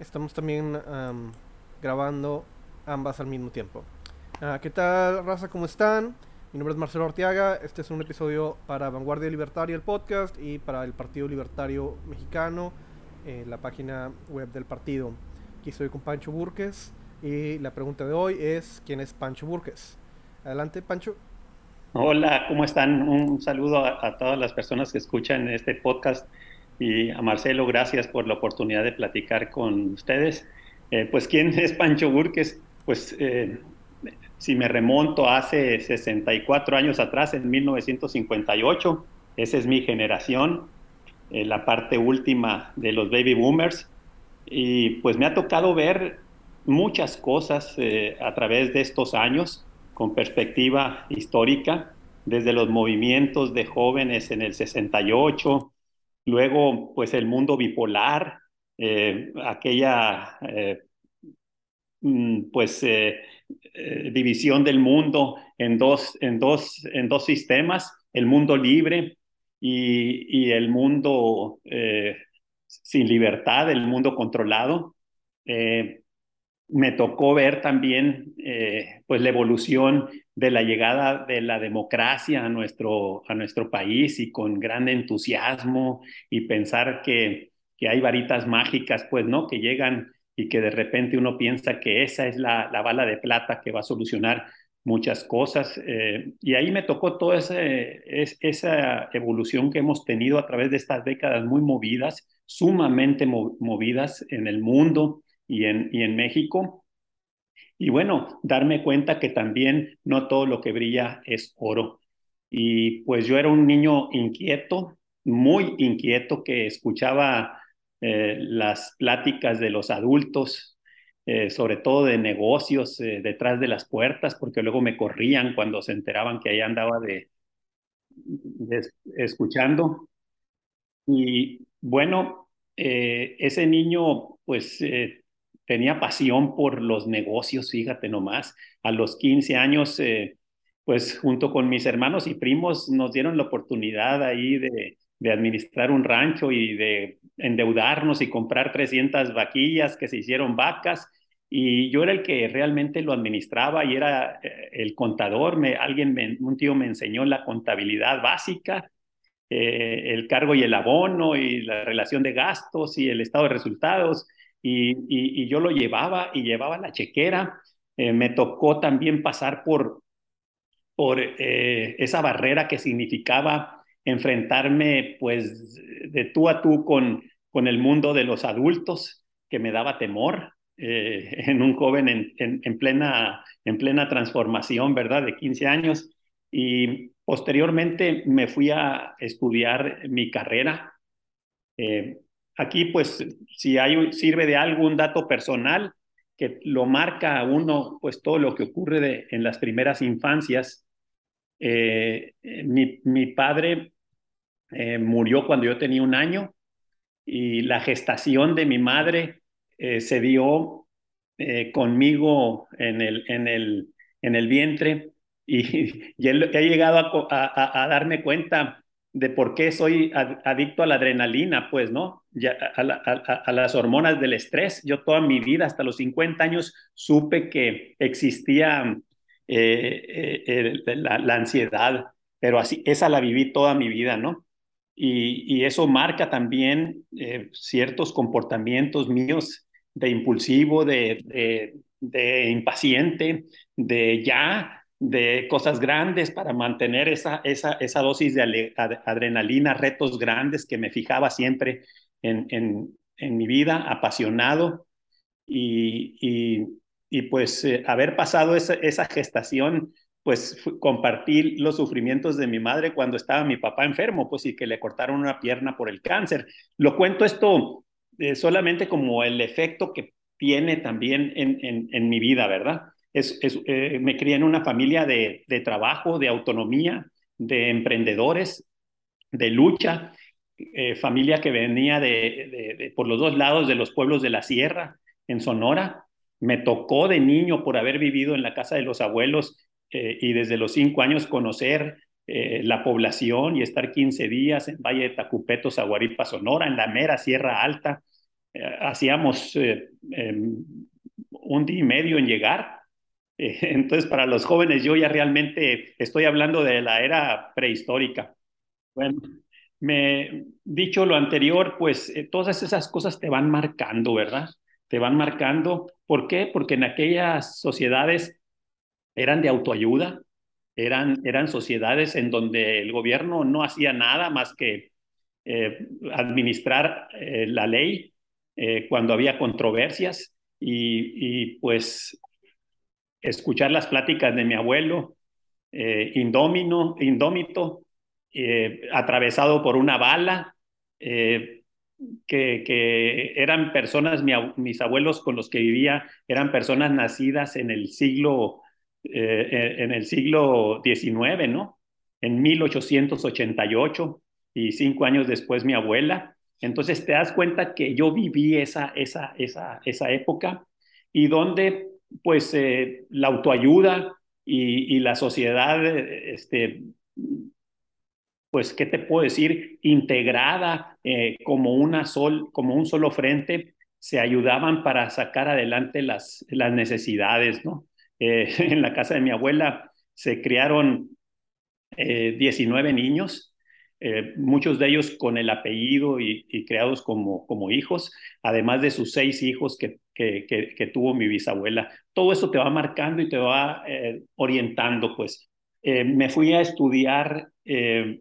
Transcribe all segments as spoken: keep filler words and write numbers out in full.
estamos también am, grabando ambas al mismo tiempo. Ah, ¿qué tal, raza? ¿Cómo están? Mi nombre es Marcelo Arteaga. Este es un episodio para Vanguardia Libertaria, el podcast, y para el Partido Libertario Mexicano, eh, la página web del partido. Aquí estoy con Pancho Burques y la pregunta de hoy es: ¿quién es Pancho Burques? Adelante, Pancho. Hola, ¿cómo están? Un saludo a, a todas las personas que escuchan este podcast y a Marcelo, gracias por la oportunidad de platicar con ustedes. Eh, pues, ¿quién es Pancho Burques? Pues, eh, si me remonto hace sesenta y cuatro años atrás, en mil novecientos cincuenta y ocho, esa es mi generación, eh, la parte última de los baby boomers, y pues me ha tocado ver muchas cosas eh, a través de estos años con perspectiva histórica, desde los movimientos de jóvenes en el sesenta y ocho, luego pues el mundo bipolar, eh, aquella eh, mm, pues eh, eh, división del mundo en dos, en dos, en dos sistemas, el mundo libre y, y el mundo eh, sin libertad, el mundo controlado. Eh, Me tocó ver también eh, pues la evolución de la llegada de la democracia a nuestro, a nuestro país, y con gran entusiasmo, y pensar que, que hay varitas mágicas, pues, ¿no? Que llegan y que de repente uno piensa que esa es la, la bala de plata que va a solucionar muchas cosas. Eh, y ahí me tocó toda esa, es, esa evolución que hemos tenido a través de estas décadas muy movidas, sumamente mo movidas en el mundo y en, y en México. Y bueno, darme cuenta que también no todo lo que brilla es oro. Y pues yo era un niño inquieto, muy inquieto, que escuchaba eh, las pláticas de los adultos, eh, sobre todo de negocios, eh, detrás de las puertas, porque luego me corrían cuando se enteraban que ahí andaba de, de escuchando. Y bueno, eh, ese niño pues eh, tenía pasión por los negocios, fíjate nomás. A los quince años, eh, pues junto con mis hermanos y primos nos dieron la oportunidad ahí de, de administrar un rancho y de endeudarnos y comprar trescientas vaquillas que se hicieron vacas. Y yo era el que realmente lo administraba y era eh, el contador. Me, alguien, me, un tío me enseñó la contabilidad básica, eh, el cargo y el abono y la relación de gastos y el estado de resultados, y, y, y yo lo llevaba y llevaba la chequera. Eh, me tocó también pasar por, por eh, esa barrera que significaba enfrentarme pues de tú a tú con, con el mundo de los adultos, que me daba temor, eh, en un joven en, en, en, plena, en plena transformación, ¿verdad? De quince años. Y posteriormente me fui a estudiar mi carrera. Eh, Aquí, pues, si hay, sirve de algo un dato personal que lo marca a uno, pues todo lo que ocurre de, en las primeras infancias. Eh, mi, mi padre eh, murió cuando yo tenía un año, y la gestación de mi madre eh, se dio eh, conmigo en el, en el, en el vientre, y, y he, he llegado a, a, a, darme cuenta de por qué soy adicto a la adrenalina, pues, ¿no? Ya, a, la, a, a, las hormonas del estrés. Yo toda mi vida, hasta los cincuenta años, supe que existía eh, eh, eh, la, la ansiedad, pero así, esa la viví toda mi vida, ¿no? Y, y eso marca también eh, ciertos comportamientos míos de impulsivo, de, de, de impaciente, de ya, de cosas grandes para mantener esa, esa, esa dosis de ale- ad- adrenalina, retos grandes que me fijaba siempre en, en, en mi vida, apasionado. Y, y, y pues eh, haber pasado esa, esa gestación, pues compartí los sufrimientos de mi madre cuando estaba mi papá enfermo, pues, y que le cortaron una pierna por el cáncer. Lo cuento esto eh, solamente como el efecto que tiene también en, en, en mi vida, ¿verdad? Es, es, eh, me crié en una familia de, de trabajo, de autonomía, de emprendedores, de lucha, eh, familia que venía de, de, de, por los dos lados de los pueblos de la sierra, en Sonora. Me tocó de niño, por haber vivido en la casa de los abuelos, eh, y desde los cinco años conocer eh, la población y estar quince días en Valle de Tacupeto, Zaguaripa, Sonora, en la mera Sierra Alta. eh, hacíamos eh, eh, un día y medio en llegar. Eh, entonces, para los jóvenes, yo ya realmente estoy hablando de la era prehistórica. Bueno, me dicho lo anterior, pues eh, todas esas cosas te van marcando, ¿verdad? Te van marcando. ¿Por qué? Porque en aquellas sociedades eran de autoayuda, eran, eran sociedades en donde el gobierno no hacía nada más que eh, administrar eh, la ley eh, cuando había controversias y, y, pues escuchar las pláticas de mi abuelo, eh, indómino, indómito, eh, atravesado por una bala, eh, que, que, eran personas, mi, mis abuelos con los que vivía, eran personas nacidas en el siglo, eh, en el siglo diecinueve, ¿no? En mil ochocientos ochenta y ocho y cinco años después mi abuela. Entonces te das cuenta que yo viví esa, esa, esa, esa época y donde pues eh, la autoayuda y, y la sociedad, este, pues, ¿qué te puedo decir? Integrada eh, como, una sol, como un solo frente, se ayudaban para sacar adelante las, las necesidades, ¿no? Eh, en la casa de mi abuela se criaron eh, diecinueve niños, eh, muchos de ellos con el apellido y, y creados como, como hijos, además de sus seis hijos que, que, que, que tuvo mi bisabuela. Todo eso te va marcando y te va eh, orientando, pues. Eh, me fui a estudiar eh,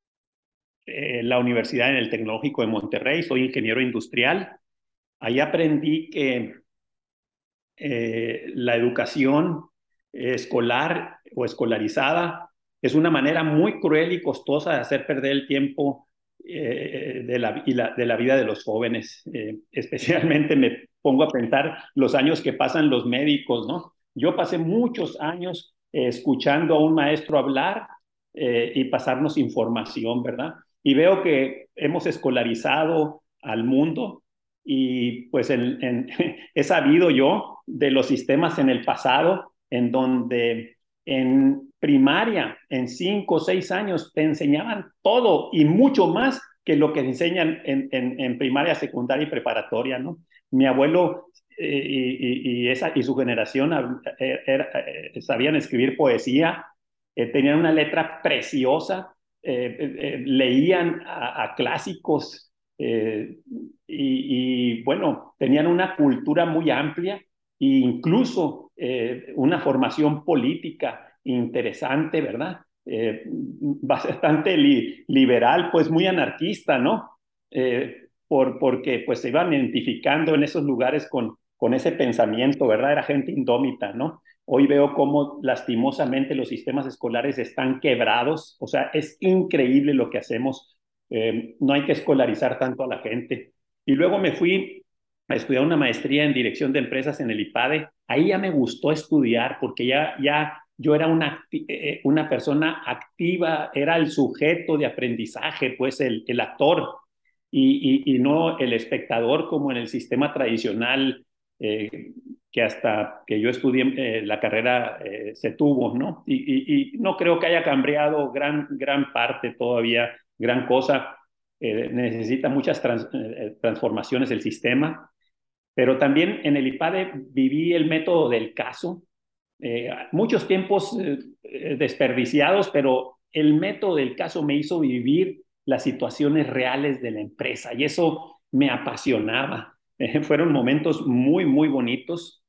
eh, la universidad en el Tecnológico de Monterrey, soy ingeniero industrial. Ahí aprendí que eh, la educación escolar o escolarizada es una manera muy cruel y costosa de hacer perder el tiempo eh, de, la, y la, de la vida de los jóvenes. Eh, especialmente me pongo a pensar los años que pasan los médicos, ¿no? Yo pasé muchos años eh, escuchando a un maestro hablar eh, y pasarnos información, ¿verdad? Y veo que hemos escolarizado al mundo y pues en, en, he sabido yo de los sistemas en el pasado en donde en primaria, en cinco o seis años, te enseñaban todo y mucho más que lo que enseñan en, en, en primaria, secundaria y preparatoria, ¿no? Mi abuelo eh, y, y, esa, y su generación era, era, sabían escribir poesía, eh, tenían una letra preciosa, eh, eh, leían a, a clásicos eh, y, y, bueno, tenían una cultura muy amplia e incluso eh, una formación política interesante, ¿verdad? Eh, bastante li liberal, pues muy anarquista, ¿no? Eh, por, porque pues se iban identificando en esos lugares con, con ese pensamiento, ¿verdad? Era gente indómita, ¿no? Hoy veo cómo lastimosamente los sistemas escolares están quebrados, o sea, es increíble lo que hacemos, eh, no hay que escolarizar tanto a la gente. Y luego me fui a estudiar una maestría en dirección de empresas en el IPADE. Ahí ya me gustó estudiar porque ya, ya yo era una, eh, una persona activa, era el sujeto de aprendizaje, pues el, el actor, y, y, y no el espectador como en el sistema tradicional eh, que hasta que yo estudié eh, la carrera eh, se tuvo, ¿no? Y, y, y, no creo que haya cambiado gran, gran parte todavía, gran cosa. Eh, necesita muchas trans, eh, transformaciones el sistema, pero también en el IPADE viví el método del caso, eh, muchos tiempos eh, desperdiciados, pero el método del caso me hizo vivir las situaciones reales de la empresa y eso me apasionaba. Eh, fueron momentos muy, muy bonitos.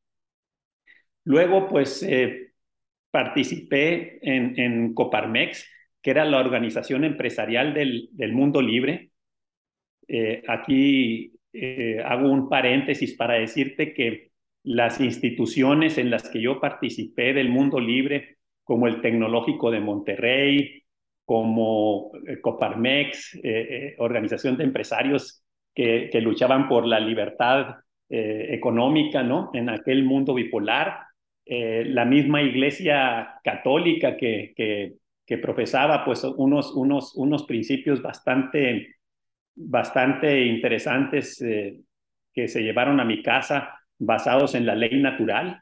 Luego, pues, eh, participé en, en Coparmex, que era la organización empresarial del, del mundo libre. Eh, aquí eh, hago un paréntesis para decirte que las instituciones en las que yo participé del mundo libre, como el Tecnológico de Monterrey, como eh, Coparmex, eh, eh, organización de empresarios que, que, luchaban por la libertad eh, económica, ¿no? En aquel mundo bipolar, eh, la misma Iglesia Católica que, que, que profesaba pues unos, unos, unos principios bastante bastante interesantes eh, que se llevaron a mi casa basados en la ley natural.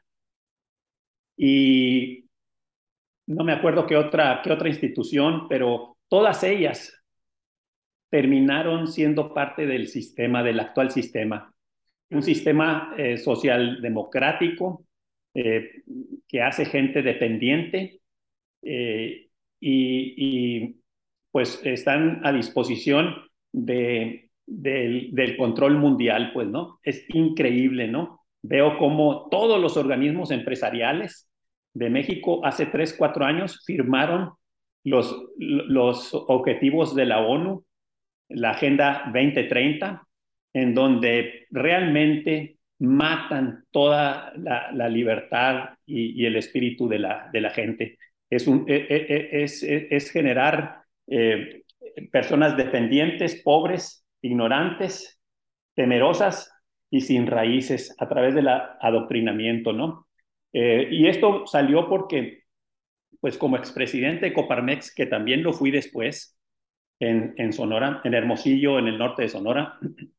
Y no me acuerdo qué otra, qué otra institución, pero todas ellas terminaron siendo parte del sistema, del actual sistema. un sistema eh, social democrático eh, que hace gente dependiente eh, y, y, pues están a disposición de, del, del control mundial, pues, ¿no? Es increíble, ¿no? Veo como todos los organismos empresariales de México hace tres, cuatro años firmaron los, los objetivos de la ONU, la Agenda veinte treinta, en donde realmente matan toda la, la libertad y, y, el espíritu de la, de la gente. Es, un, e, e, es, es, es generar eh, personas dependientes, pobres, ignorantes, temerosas y sin raíces a través del adoctrinamiento, ¿no? Eh, y esto salió porque, pues como expresidente de Coparmex, que también lo fui después, en, en Sonora, en Hermosillo, en el norte de Sonora,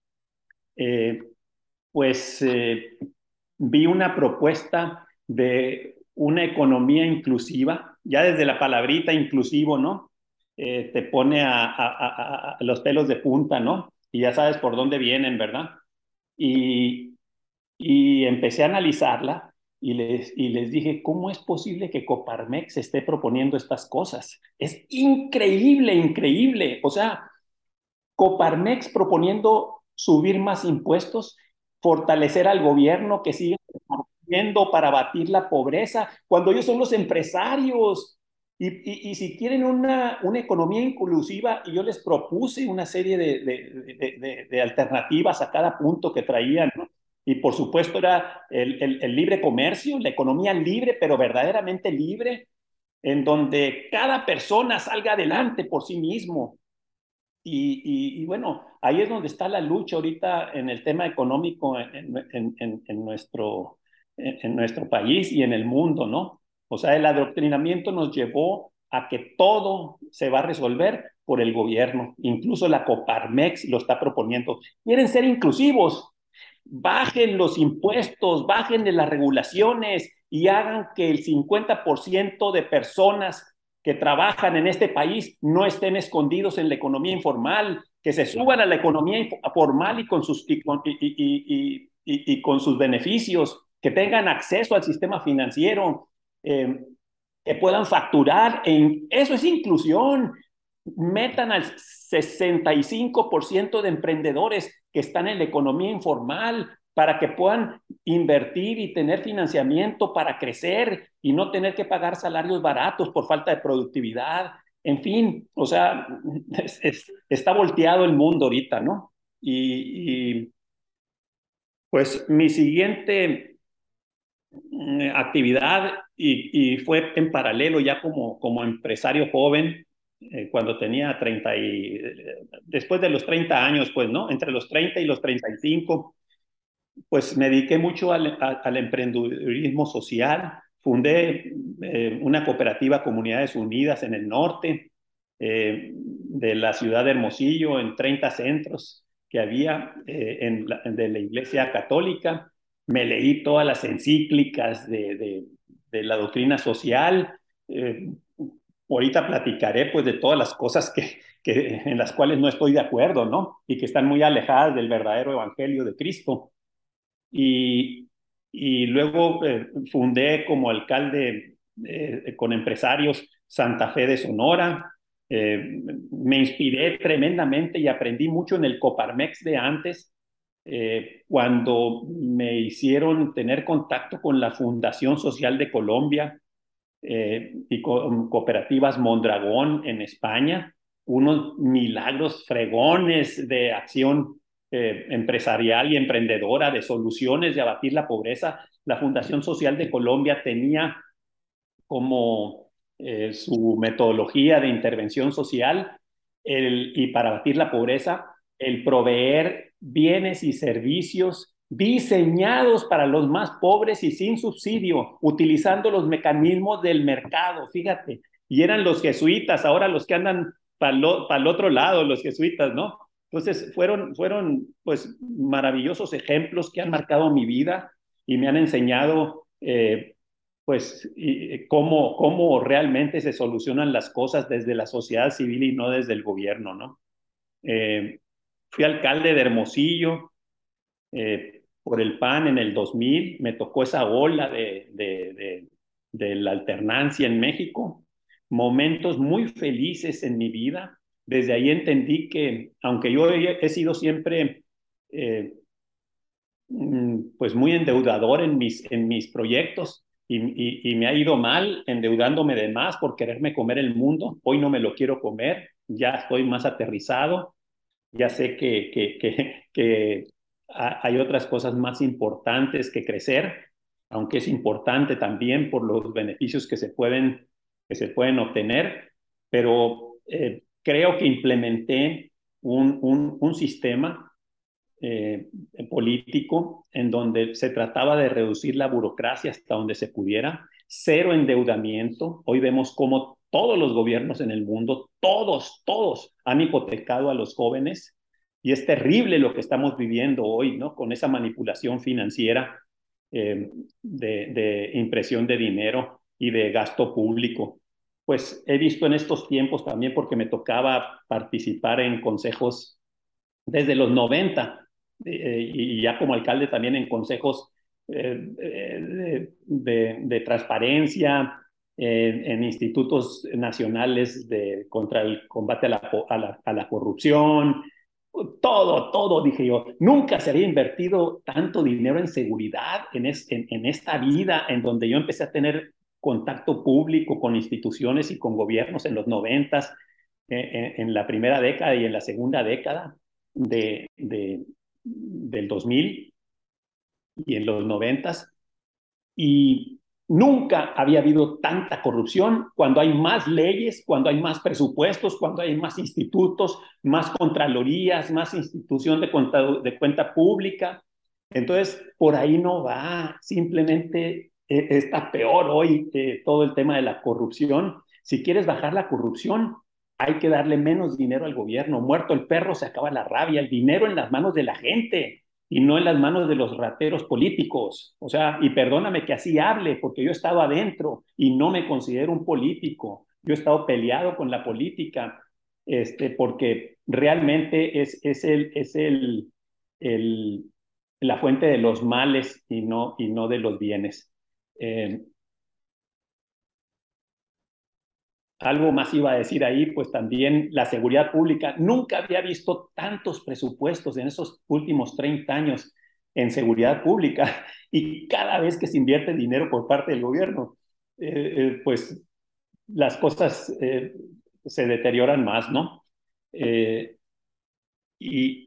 eh, pues eh, vi una propuesta de una economía inclusiva, ya desde la palabrita inclusivo, ¿no? Eh, te pone a, a, a, a, los pelos de punta, ¿no? Y ya sabes por dónde vienen, ¿verdad? Y, y empecé a analizarla y les, y les dije, ¿cómo es posible que Coparmex esté proponiendo estas cosas? Es increíble, increíble. O sea, Coparmex proponiendo subir más impuestos, fortalecer al gobierno que siga haciendo para abatir la pobreza, cuando ellos son los empresarios. Y, y, y si quieren una, una, economía inclusiva, y yo les propuse una serie de, de, de, de, de alternativas a cada punto que traían, ¿no? Y por supuesto era el, el, el libre comercio, la economía libre, pero verdaderamente libre, en donde cada persona salga adelante por sí mismo. Y, y, y, bueno, ahí es donde está la lucha ahorita en el tema económico en, en, en, en, nuestro, en, en nuestro país y en el mundo, ¿no? O sea, el adoctrinamiento nos llevó a que todo se va a resolver por el gobierno. Incluso la Coparmex lo está proponiendo. Quieren ser inclusivos. Bajen los impuestos, bajen de las regulaciones y hagan que el cincuenta por ciento de personas que trabajan en este país no estén escondidos en la economía informal, que se suban a la economía formal y con sus, y con, y, y, y, y con sus beneficios, que tengan acceso al sistema financiero, eh, que puedan facturar. En, eso es inclusión. Metan al sesenta y cinco por ciento de emprendedores que están en la economía informal para que puedan invertir y tener financiamiento para crecer y no tener que pagar salarios baratos por falta de productividad. En fin, o sea, es, es, está volteado el mundo ahorita, ¿no? Y, y pues mi siguiente actividad, y, y fue en paralelo ya como, como empresario joven, eh, cuando tenía treinta y, después de los treinta años, pues, ¿no? Entre los treinta y los treinta y cinco, pues me dediqué mucho al, a, al emprendedurismo social. Fundé eh, una cooperativa Comunidades Unidas en el norte eh, de la ciudad de Hermosillo, en treinta centros que había eh, en la, de la Iglesia Católica. Me leí todas las encíclicas de, de, de la doctrina social. Eh, ahorita platicaré pues de todas las cosas que, que, en las cuales no estoy de acuerdo, ¿no? Y que están muy alejadas del verdadero evangelio de Cristo. Y, y luego eh, fundé como alcalde eh, con empresarios Santa Fe de Sonora. Eh, me inspiré tremendamente y aprendí mucho en el Coparmex de antes, eh, cuando me hicieron tener contacto con la Fundación Social de Colombia eh, y con cooperativas Mondragón en España, unos milagros fregones de acción eh, empresarial y emprendedora, de soluciones de abatir la pobreza. La Fundación Social de Colombia tenía como eh, su metodología de intervención social el, y para abatir la pobreza, el proveer bienes y servicios diseñados para los más pobres y sin subsidio, utilizando los mecanismos del mercado, fíjate, y eran los jesuitas, ahora los que andan para el otro lado, los jesuitas, ¿no? Entonces fueron, fueron pues maravillosos ejemplos que han marcado mi vida y me han enseñado eh, pues y cómo, cómo realmente se solucionan las cosas desde la sociedad civil y no desde el gobierno, ¿no? Eh, fui alcalde de Hermosillo, eh, por el P A N en el dos mil, me tocó esa ola de, de, de, de la alternancia en México, momentos muy felices en mi vida. Desde ahí entendí que, aunque yo he, he sido siempre eh, pues muy endeudador en mis, en mis proyectos y, y, y me ha ido mal endeudándome de más por quererme comer el mundo. Hoy no me lo quiero comer, ya estoy más aterrizado, ya sé que, que, que, que hay otras cosas más importantes que crecer, aunque es importante también por los beneficios que se pueden, que se pueden obtener, pero eh, creo que implementé un, un, un sistema eh, político en donde se trataba de reducir la burocracia hasta donde se pudiera, cero endeudamiento. Hoy vemos cómo todos los gobiernos en el mundo, todos, todos han hipotecado a los jóvenes y es terrible lo que estamos viviendo hoy, ¿no? Con esa manipulación financiera eh, de, de impresión de dinero y de gasto público. Pues he visto en estos tiempos también, porque me tocaba participar en consejos desde los noventa, eh, y ya como alcalde también en consejos eh, de, de, de, transparencia, eh, en institutos nacionales de, contra el combate a la, a, la, a la corrupción, todo, todo, dije yo. Nunca se había invertido tanto dinero en seguridad en, es, en, en esta vida, en donde yo empecé a tener contacto público con instituciones y con gobiernos en los noventas, eh, en, en la primera década y en la segunda década de, de, del dos mil y en los noventas, y nunca había habido tanta corrupción cuando hay más leyes, cuando hay más presupuestos, cuando hay más institutos, más contralorías, más institución de cuenta, de cuenta pública. Entonces, por ahí no va, simplemente eh, está peor hoy eh, todo el tema de la corrupción. Si quieres bajar la corrupción, hay que darle menos dinero al gobierno. Muerto el perro, se acaba la rabia. El dinero en las manos de la gente y no en las manos de los rateros políticos. O sea, y perdóname que así hable, porque yo he estado adentro y no me considero un político. Yo he estado peleado con la política, este, porque realmente es, es, el, es el, el, la fuente de los males y no, y no de los bienes. Eh, Algo más iba a decir ahí, pues también la seguridad pública. Nunca había visto tantos presupuestos en esos últimos treinta años en seguridad pública, y cada vez que se invierte dinero por parte del gobierno, eh, eh, pues las cosas eh, se deterioran más, ¿no? Eh, y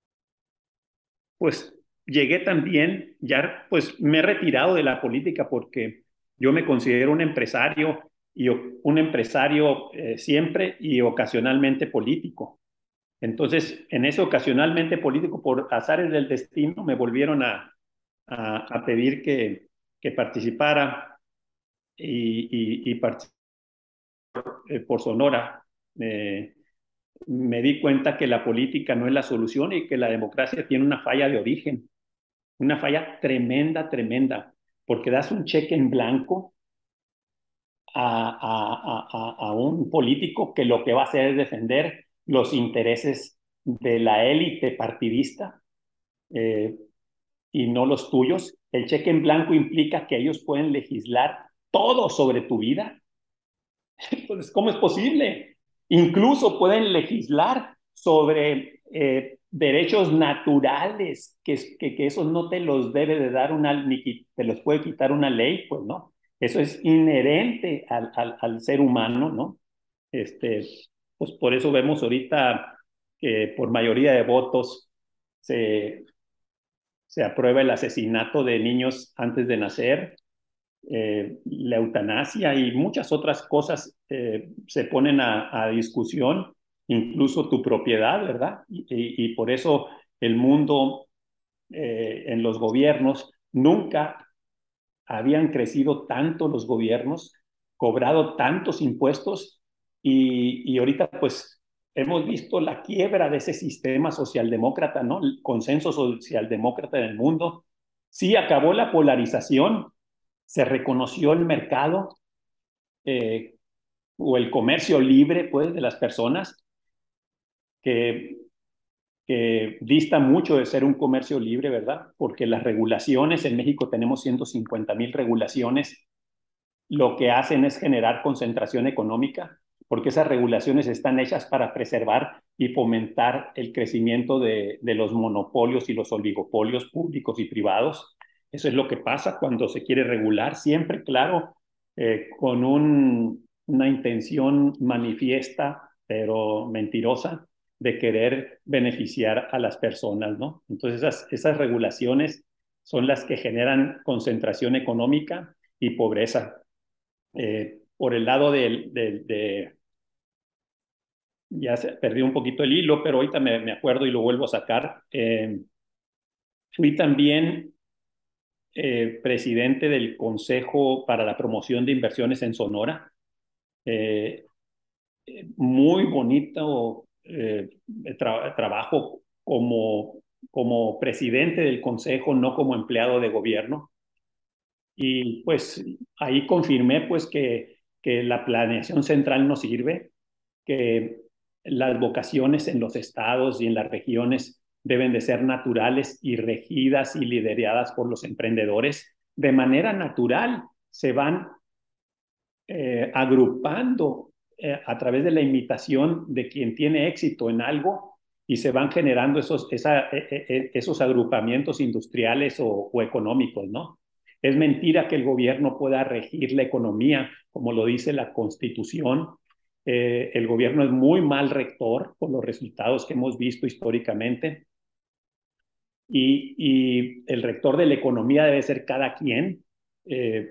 pues llegué también, ya pues me he retirado de la política porque yo me considero un empresario, y un empresario eh, siempre y ocasionalmente político. Entonces, en ese ocasionalmente político, por azares del destino, me volvieron a, a, a pedir que, que participara y, y, y participé eh, por Sonora. Eh, me di cuenta que la política no es la solución y que la democracia tiene una falla de origen, una falla tremenda, tremenda, porque das un cheque en blanco a, a, a, a un político que lo que va a hacer es defender los intereses de la élite partidista, eh, y no los tuyos. El cheque en blanco implica que ellos pueden legislar todo sobre tu vida. Entonces, ¿cómo es posible? Incluso pueden legislar sobre eh, derechos naturales, que, que, que esos no te los debe de dar una, ni te los puede quitar una ley, pues no. Eso es inherente al, al, al ser humano, ¿no? Este, pues por eso vemos ahorita que por mayoría de votos se, se aprueba el asesinato de niños antes de nacer, eh, la eutanasia y muchas otras cosas eh, se ponen a, a, discusión, incluso tu propiedad, ¿verdad? Y, y, y por eso el mundo eh, en los gobiernos nunca habían crecido tanto los gobiernos, cobrado tantos impuestos, y, y ahorita pues hemos visto la quiebra de ese sistema socialdemócrata, ¿no? El consenso socialdemócrata en el mundo. Sí, acabó la polarización, se reconoció el mercado eh, o el comercio libre, pues, de las personas, que que dista mucho de ser un comercio libre, ¿verdad? Porque las regulaciones, en México tenemos ciento cincuenta mil regulaciones, lo que hacen es generar concentración económica, porque esas regulaciones están hechas para preservar y fomentar el crecimiento de, de los monopolios y los oligopolios públicos y privados. Eso es lo que pasa cuando se quiere regular, siempre, claro, eh, con un, una intención manifiesta, pero mentirosa, de querer beneficiar a las personas, ¿no? Entonces, esas, esas regulaciones son las que generan concentración económica y pobreza. Eh, por el lado de, de, de, ya se perdí un poquito el hilo, pero ahorita me, me acuerdo y lo vuelvo a sacar. Eh, fui también eh, presidente del Consejo para la Promoción de Inversiones en Sonora. Eh, muy bonito eh, tra trabajo como, como presidente del Consejo, no como empleado de gobierno. Y pues ahí confirmé pues que, que la planeación central no sirve, que las vocaciones en los estados y en las regiones deben de ser naturales y regidas y lideradas por los emprendedores. De manera natural se van eh, agrupando eh, a través de la imitación de quien tiene éxito en algo y se van generando esos, esa, eh, eh, esos agrupamientos industriales o, o económicos, ¿no? Es mentira que el gobierno pueda regir la economía, como lo dice la Constitución. Eh, el gobierno es muy mal rector por los resultados que hemos visto históricamente. Y, y el rector de la economía debe ser cada quien. Eh,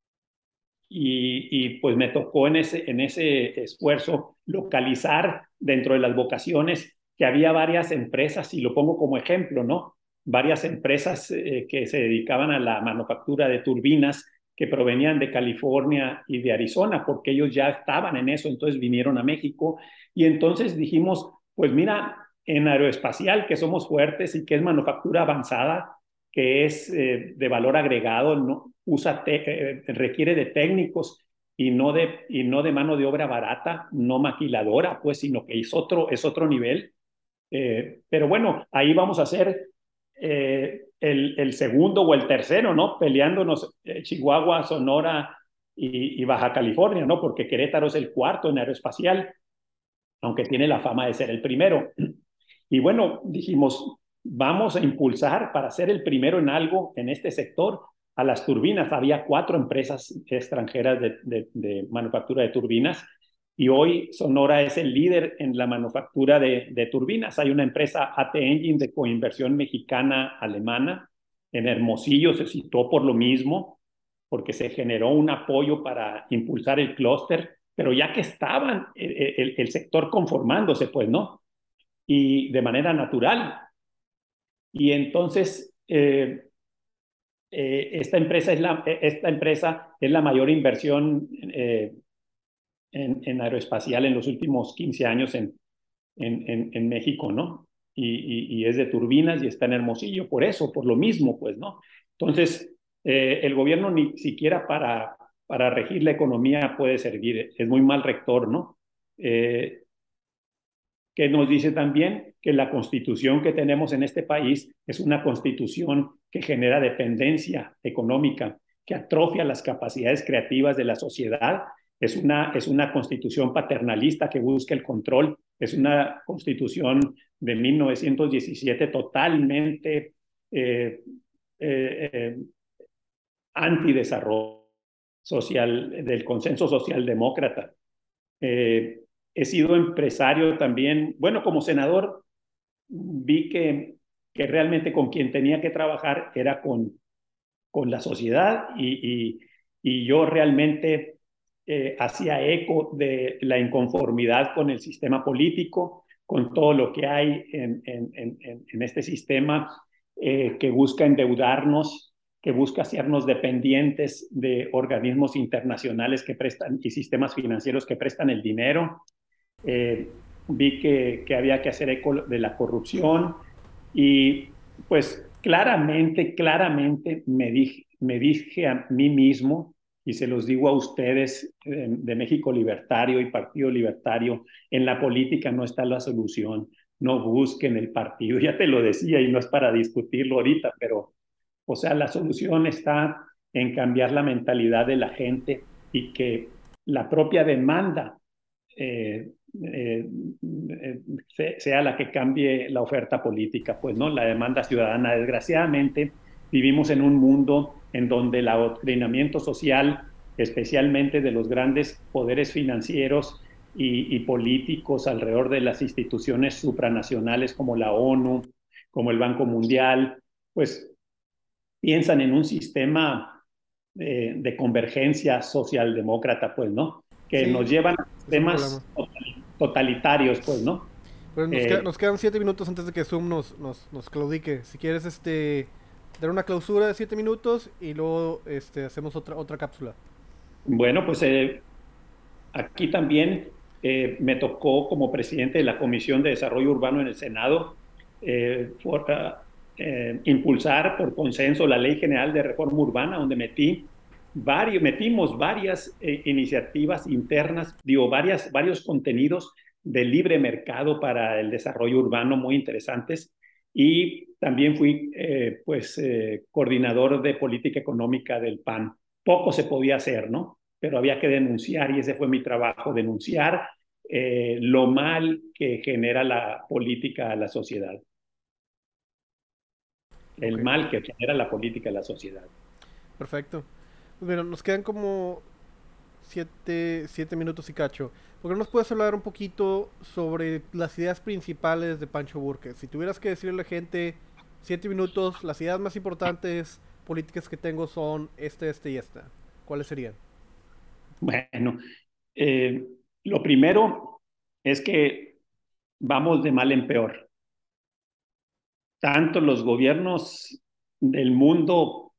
y, y, pues me tocó en ese, en ese esfuerzo localizar dentro de las vocaciones que había varias empresas, y lo pongo como ejemplo, ¿no? Varias empresas eh, que se dedicaban a la manufactura de turbinas que provenían de California y de Arizona, porque ellos ya estaban en eso, entonces vinieron a México y entonces dijimos, pues mira, en aeroespacial, que somos fuertes y que es manufactura avanzada, que es eh, de valor agregado, no, usa te, eh, requiere de técnicos y no de, y no de mano de obra barata, no maquiladora, pues, sino que es otro, es otro nivel. Eh, pero bueno, ahí vamos a ser eh, el, el, segundo o el tercero, ¿no? Peleándonos eh, Chihuahua, Sonora y, y Baja California, ¿no? Porque Querétaro es el cuarto en aeroespacial, aunque tiene la fama de ser el primero. Y bueno, dijimos, vamos a impulsar para ser el primero en algo en este sector a las turbinas. Había cuatro empresas extranjeras de, de, de manufactura de turbinas y hoy Sonora es el líder en la manufactura de, de turbinas. Hay una empresa A T Engine de coinversión mexicana-alemana. En Hermosillo se citó por lo mismo, porque se generó un apoyo para impulsar el clúster, pero ya que estaban el, el, el sector conformándose, pues no, y de manera natural. Y entonces, eh, eh, esta, empresa es la, esta empresa es la mayor inversión eh, en, en, aeroespacial en los últimos quince años en, en, en, en México, ¿no? Y, y, y, es de turbinas y está en Hermosillo, por eso, por lo mismo, pues, ¿no? Entonces, eh, el gobierno ni siquiera para, para regir la economía puede servir, es muy mal rector, ¿no? Eh, que nos dice también que la constitución que tenemos en este país es una constitución que genera dependencia económica, que atrofia las capacidades creativas de la sociedad. Es una, es una constitución paternalista que busca el control, es una constitución de mil novecientos diecisiete totalmente eh, eh, eh, antidesarrollo social, del consenso socialdemócrata. Eh, he sido empresario también, bueno, como senador vi que, que realmente con quien tenía que trabajar era con, con la sociedad y, y, y yo realmente eh, hacía eco de la inconformidad con el sistema político, con todo lo que hay en, en, en, en este sistema eh, que busca endeudarnos, que busca hacernos dependientes de organismos internacionales que prestan y sistemas financieros que prestan el dinero. Eh, vi que, que había que hacer eco de la corrupción y pues claramente, claramente me dije, me dije a mí mismo, y se los digo a ustedes de, de México Libertario y Partido Libertario, en la política no está la solución. no busquen el partido. Ya te lo decía y no es para discutirlo ahorita, pero, o sea, la solución está en cambiar la mentalidad de la gente y que la propia demanda eh, eh, eh, sea la que cambie la oferta política, pues, ¿no? La demanda ciudadana. Desgraciadamente, vivimos en un mundo en donde el adoctrinamiento social, especialmente de los grandes poderes financieros y, y políticos alrededor de las instituciones supranacionales como la ONU, como el Banco Mundial, pues piensan en un sistema eh, de convergencia socialdemócrata, pues, ¿no? Que Sí, nos llevan a es un problema. sistemas totalitarios, pues, ¿no? Pero nos, queda- Eh, nos quedan siete minutos antes de que Zoom nos, nos, nos claudique. Si quieres, este, dar una clausura de siete minutos y luego este, hacemos otra, otra cápsula. bueno, pues eh, aquí también eh, me tocó como presidente de la Comisión de Desarrollo Urbano en el Senado eh, for, uh, eh, impulsar por consenso la Ley General de Reforma Urbana, donde metí varios, metimos varias eh, iniciativas internas, digo, varias, varios contenidos de libre mercado para el desarrollo urbano muy interesantes. Y también fui eh, pues, eh, coordinador de política económica del P A N. Poco se podía hacer, ¿no? Pero había que denunciar y ese fue mi trabajo, denunciar eh, lo mal que genera la política a la sociedad, el Ok, mal que genera la política a la sociedad. perfecto. Pues mira, nos quedan como siete, siete minutos y cacho. ¿Por qué no nos puedes hablar un poquito sobre las ideas principales de Pancho Burke? Si tuvieras que decirle a la gente siete minutos, las ideas más importantes políticas que tengo son este, este y esta. ¿Cuáles serían? Bueno, eh, lo primero es que vamos de mal en peor. Tanto los gobiernos del mundo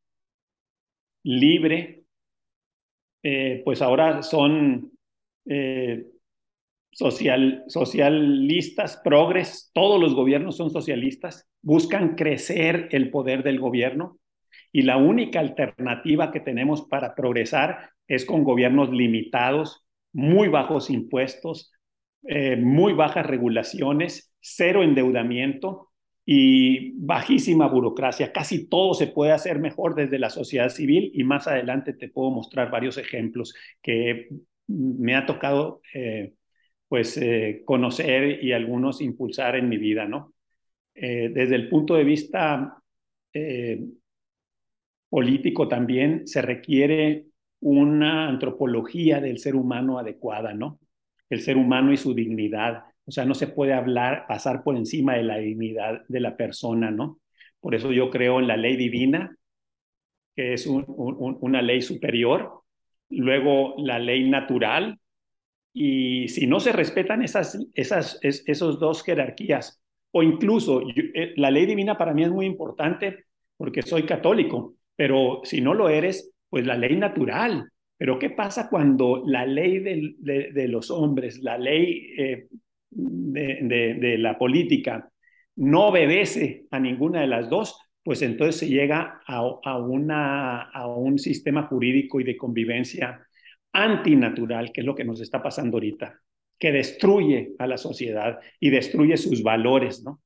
libre, eh, pues ahora son eh, social, socialistas, progres, todos los gobiernos son socialistas, buscan crecer el poder del gobierno y la única alternativa que tenemos para progresar es con gobiernos limitados, muy bajos impuestos, eh, muy bajas regulaciones, cero endeudamiento y bajísima burocracia. Casi todo se puede hacer mejor desde la sociedad civil y más adelante te puedo mostrar varios ejemplos que me ha tocado eh, pues eh, conocer y algunos impulsar en mi vida, ¿no? Eh, desde el punto de vista eh, político también se requiere una antropología del ser humano adecuada, ¿no? El ser humano y su dignidad. O sea, no se puede hablar, pasar por encima de la dignidad de la persona, ¿no? Por eso yo creo en la ley divina, que es un, un, una ley superior, luego la ley natural, y si no se respetan esas, esas, es, esos dos jerarquías, o incluso yo, eh, la ley divina para mí es muy importante porque soy católico, pero si no lo eres, pues la ley natural. Pero ¿qué pasa cuando la ley de, de, de los hombres, la ley eh, de, de, de la política, no obedece a ninguna de las dos? Pues entonces se llega a, a, una, a un sistema jurídico y de convivencia antinatural, que es lo que nos está pasando ahorita, que destruye a la sociedad y destruye sus valores, ¿no?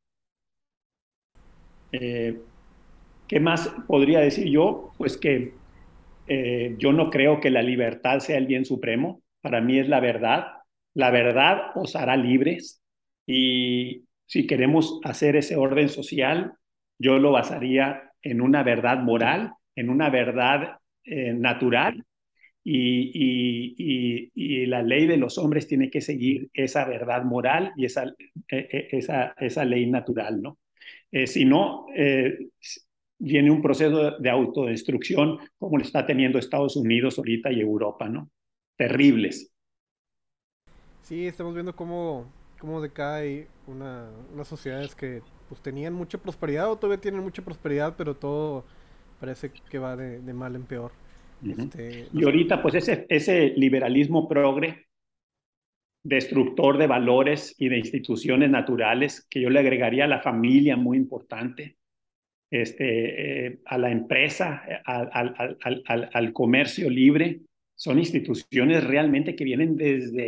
Eh, ¿Qué más podría decir yo? Pues que eh, yo no creo que la libertad sea el bien supremo. Para mí es la verdad. La verdad os hará libres y si queremos hacer ese orden social, yo lo basaría en una verdad moral, en una verdad eh, natural y, y, y, y, la ley de los hombres tiene que seguir esa verdad moral y esa, eh, esa, esa ley natural, ¿no? Eh, si no, eh, viene un proceso de autodestrucción como lo está teniendo Estados Unidos ahorita y Europa, ¿no? Terribles. Sí, estamos viendo cómo, cómo decae una, unas sociedades que pues tenían mucha prosperidad o todavía tienen mucha prosperidad, pero todo parece que va de, de mal en peor. Uh -huh. Este, Y nos, ahorita, pues ese, ese liberalismo progre, destructor de valores y de instituciones naturales, que yo le agregaría a la familia, muy importante, este, eh, a la empresa, al, al, al, al, al comercio libre, son instituciones realmente que vienen desde,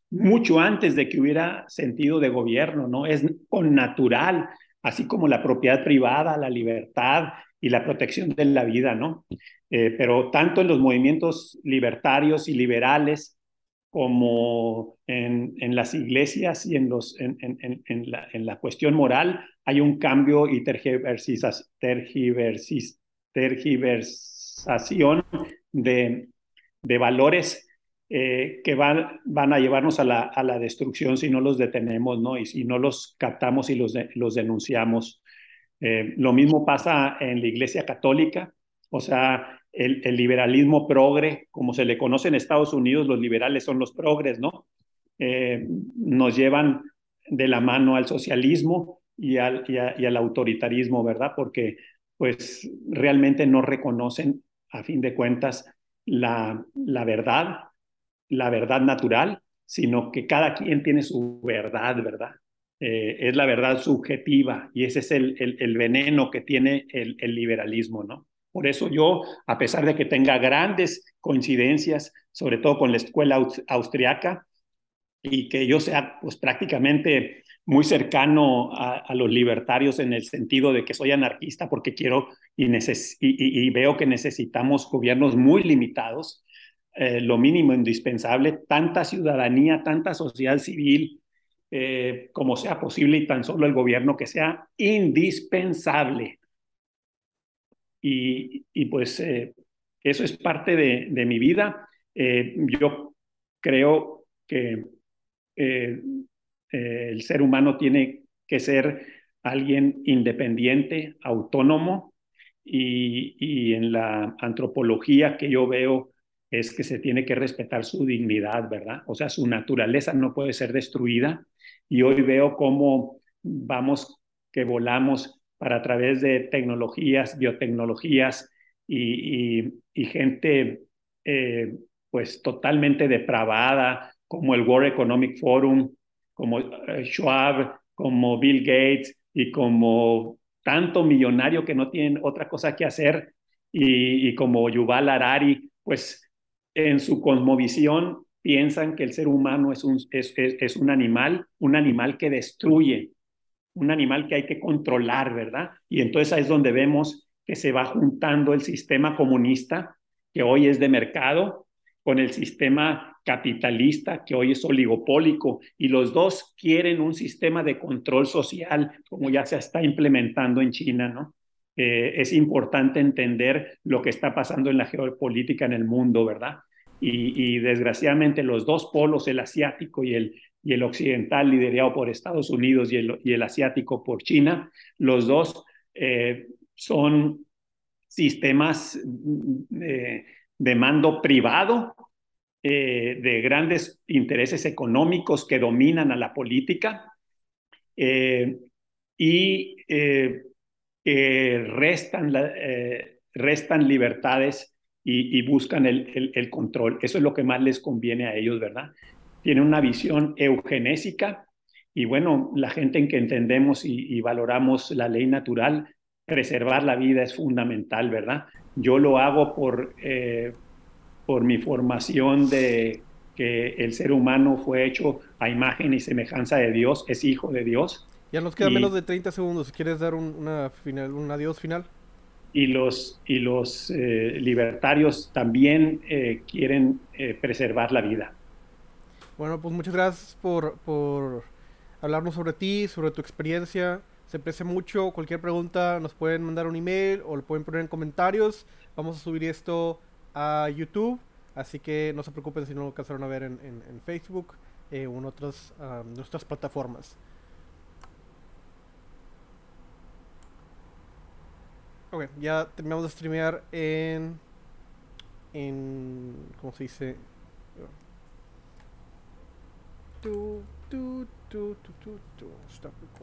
mucho antes de que hubiera sentido de gobierno, ¿no? Es con natural, así como la propiedad privada, la libertad y la protección de la vida, ¿no? Eh, pero tanto en los movimientos libertarios y liberales como en, en las iglesias y en, los, en, en, en, la, en la cuestión moral, hay un cambio y tergiversis, tergiversis, tergiversación de, de valores eh, que van, van a llevarnos a la, a la destrucción si no los detenemos, ¿no? Y si no los captamos y los, de, los denunciamos. Eh, lo mismo pasa en la Iglesia Católica, o sea, el, el, liberalismo progre, como se le conoce en Estados Unidos, los liberales son los progres, ¿no? Eh, nos llevan de la mano al socialismo y al, y, a, y al autoritarismo, ¿verdad? Porque pues realmente no reconocen, a fin de cuentas, la, la verdad, la verdad natural, sino que cada quien tiene su verdad, ¿verdad? Eh, es la verdad subjetiva y ese es el, el, el veneno que tiene el, el, liberalismo, ¿no? Por eso yo, a pesar de que tenga grandes coincidencias, sobre todo con la escuela austriaca, y que yo sea pues prácticamente muy cercano a, a los libertarios en el sentido de que soy anarquista porque quiero y, neces y, y veo que necesitamos gobiernos muy limitados, eh, lo mínimo indispensable, tanta ciudadanía, tanta sociedad civil, eh, como sea posible y tan solo el gobierno que sea indispensable. Y, y pues eh, eso es parte de, de mi vida. Eh, yo creo que eh, eh, el ser humano tiene que ser alguien independiente, autónomo, y, y en la antropología que yo veo es que se tiene que respetar su dignidad, ¿verdad? O sea, su naturaleza no puede ser destruida. Y hoy veo cómo vamos, que volamos para a través de tecnologías, biotecnologías y, y, y gente eh, pues totalmente depravada, como el World Economic Forum, como eh, Schwab, como Bill Gates y como tanto millonario que no tienen otra cosa que hacer, y, y como Yuval Harari, pues en su cosmovisión piensan que el ser humano es un, es, es, es un animal, un animal que destruye, un animal que hay que controlar, ¿verdad? Y entonces ahí es donde vemos que se va juntando el sistema comunista, que hoy es de mercado, con el sistema capitalista, que hoy es oligopólico, y los dos quieren un sistema de control social, como ya se está implementando en China, ¿no? Eh, es importante entender lo que está pasando en la geopolítica en el mundo, ¿verdad? Y, y desgraciadamente los dos polos, el asiático y el, y el occidental liderado por Estados Unidos y el, y el asiático por China, los dos eh, son sistemas eh, de mando privado, eh, de grandes intereses económicos que dominan a la política eh, y eh, que restan, la, eh, restan libertades y, y buscan el, el, el, control. Eso es lo que más les conviene a ellos, ¿verdad? Tienen una visión eugenésica y bueno, la gente en que entendemos y, y valoramos la ley natural, preservar la vida es fundamental, ¿verdad? Yo lo hago por, eh, por mi formación de que el ser humano fue hecho a imagen y semejanza de Dios, es hijo de Dios. Ya nos queda menos Y de treinta segundos. Si quieres dar un, una final, un adiós final. y los, y los eh, libertarios también eh, quieren eh, preservar la vida. Bueno, pues muchas gracias por, por hablarnos sobre ti, sobre tu experiencia. Se aprecia mucho. Cualquier pregunta nos pueden mandar un email o lo pueden poner en comentarios. Vamos a subir esto a YouTube. Así que no se preocupen si no lo alcanzaron a ver en, en, en Facebook eh, o en otras um, nuestras plataformas. Ok, ya terminamos de streamear en. en ¿cómo se dice? Tu, tu, tu, tu, tu, tu. Stop recording.